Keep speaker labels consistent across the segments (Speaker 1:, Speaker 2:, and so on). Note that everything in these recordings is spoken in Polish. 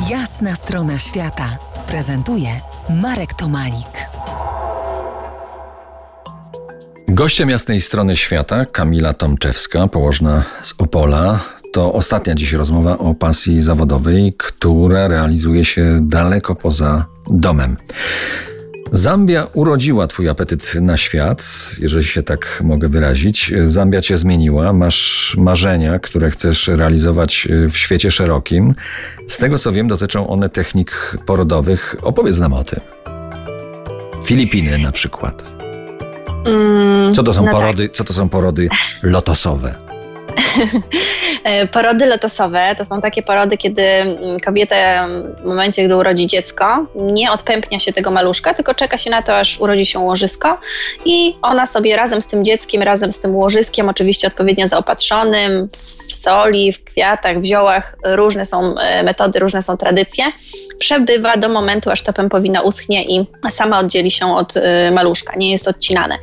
Speaker 1: Jasna strona świata prezentuje Marek Tomalik.
Speaker 2: Gościem jasnej strony świata Kamila Tomczewska, położna z Opola. To ostatnia dziś rozmowa o pasji zawodowej, która realizuje się daleko poza domem. Zambia urodziła twój apetyt na świat, jeżeli się tak mogę wyrazić. Zambia cię zmieniła, masz marzenia, które chcesz realizować w świecie szerokim. Z tego co wiem, dotyczą one technik porodowych. Opowiedz nam o tym. Filipiny na przykład. Co to są porody lotosowe?
Speaker 3: Porody lotosowe to są takie porody, kiedy kobieta w momencie, gdy urodzi dziecko, nie odpępnia się tego maluszka, tylko czeka się na to, aż urodzi się łożysko i ona sobie razem z tym dzieckiem, razem z tym łożyskiem, oczywiście odpowiednio zaopatrzonym, w soli, w kwiatach, w ziołach, różne są metody, różne są tradycje, przebywa do momentu, aż ta pępowina uschnie i sama oddzieli się od maluszka, nie jest odcinane.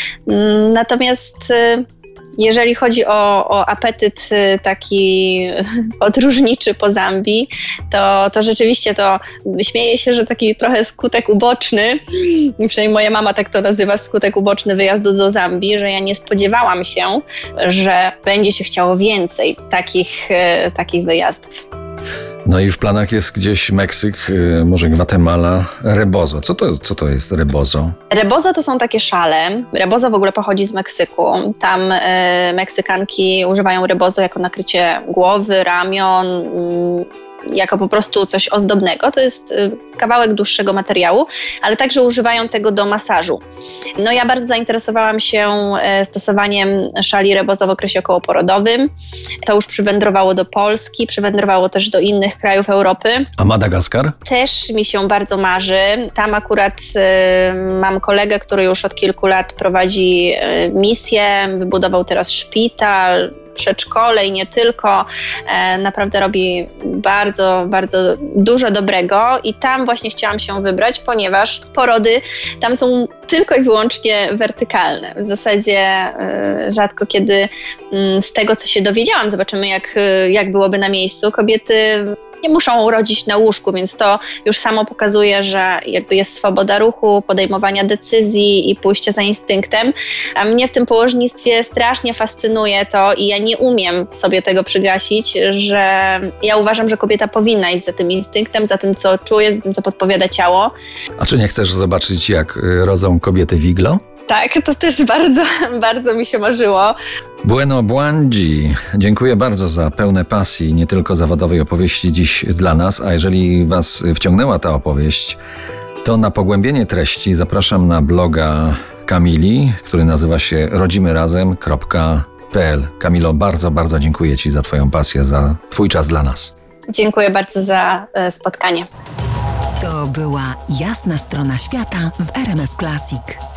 Speaker 3: Natomiast jeżeli chodzi o apetyt taki podróżniczy po Zambii, to rzeczywiście to śmieję się, że taki trochę skutek uboczny, przynajmniej moja mama tak to nazywa, skutek uboczny wyjazdu do Zambii, że ja nie spodziewałam się, że będzie się chciało więcej takich wyjazdów.
Speaker 2: No i w planach jest gdzieś Meksyk, może Gwatemala, rebozo. Co to jest rebozo?
Speaker 3: Rebozo to są takie szale. Rebozo w ogóle pochodzi z Meksyku. Tam Meksykanki używają rebozo jako nakrycie głowy, ramion, jako po prostu coś ozdobnego. To jest kawałek dłuższego materiału, ale także używają tego do masażu. No ja bardzo zainteresowałam się stosowaniem szali rebozo w okresie okołoporodowym. To już przywędrowało do Polski, przywędrowało też do innych krajów Europy.
Speaker 2: A Madagaskar?
Speaker 3: Też mi się bardzo marzy. Tam akurat mam kolegę, który już od kilku lat prowadzi misję, wybudował teraz szpital, przedszkole i nie tylko. Naprawdę robi bardzo, bardzo dużo dobrego i tam właśnie chciałam się wybrać, ponieważ porody tam są tylko i wyłącznie wertykalne. W zasadzie rzadko kiedy z tego, co się dowiedziałam, zobaczymy jak byłoby na miejscu. Kobiety nie muszą urodzić na łóżku, więc to już samo pokazuje, że jakby jest swoboda ruchu, podejmowania decyzji i pójścia za instynktem. A mnie w tym położnictwie strasznie fascynuje to i ja nie umiem w sobie tego przygasić, że ja uważam, że kobieta powinna iść za tym instynktem, za tym, co czuje, za tym, co podpowiada ciało.
Speaker 2: A czy nie chcesz zobaczyć, jak rodzą kobiety w iglo?
Speaker 3: Tak, to też bardzo, bardzo mi się marzyło.
Speaker 2: Bueno Błądzi, dziękuję bardzo za pełne pasji, nie tylko zawodowej opowieści dziś dla nas, a jeżeli was wciągnęła ta opowieść, to na pogłębienie treści zapraszam na bloga Kamili, który nazywa się rodzimyrazem.pl. Kamilo, bardzo, bardzo dziękuję ci za twoją pasję, za twój czas dla nas.
Speaker 3: Dziękuję bardzo za spotkanie.
Speaker 1: To była Jasna strona świata w RMF Classic.